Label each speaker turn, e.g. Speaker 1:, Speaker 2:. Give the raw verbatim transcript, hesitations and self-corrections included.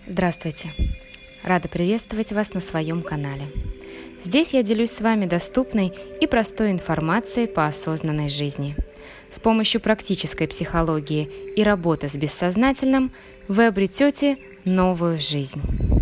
Speaker 1: Здравствуйте! Рада приветствовать вас на своем канале. Здесь я делюсь с вами доступной и простой информацией по осознанной жизни. С помощью практической психологии и работы с бессознательным вы обретете новую жизнь.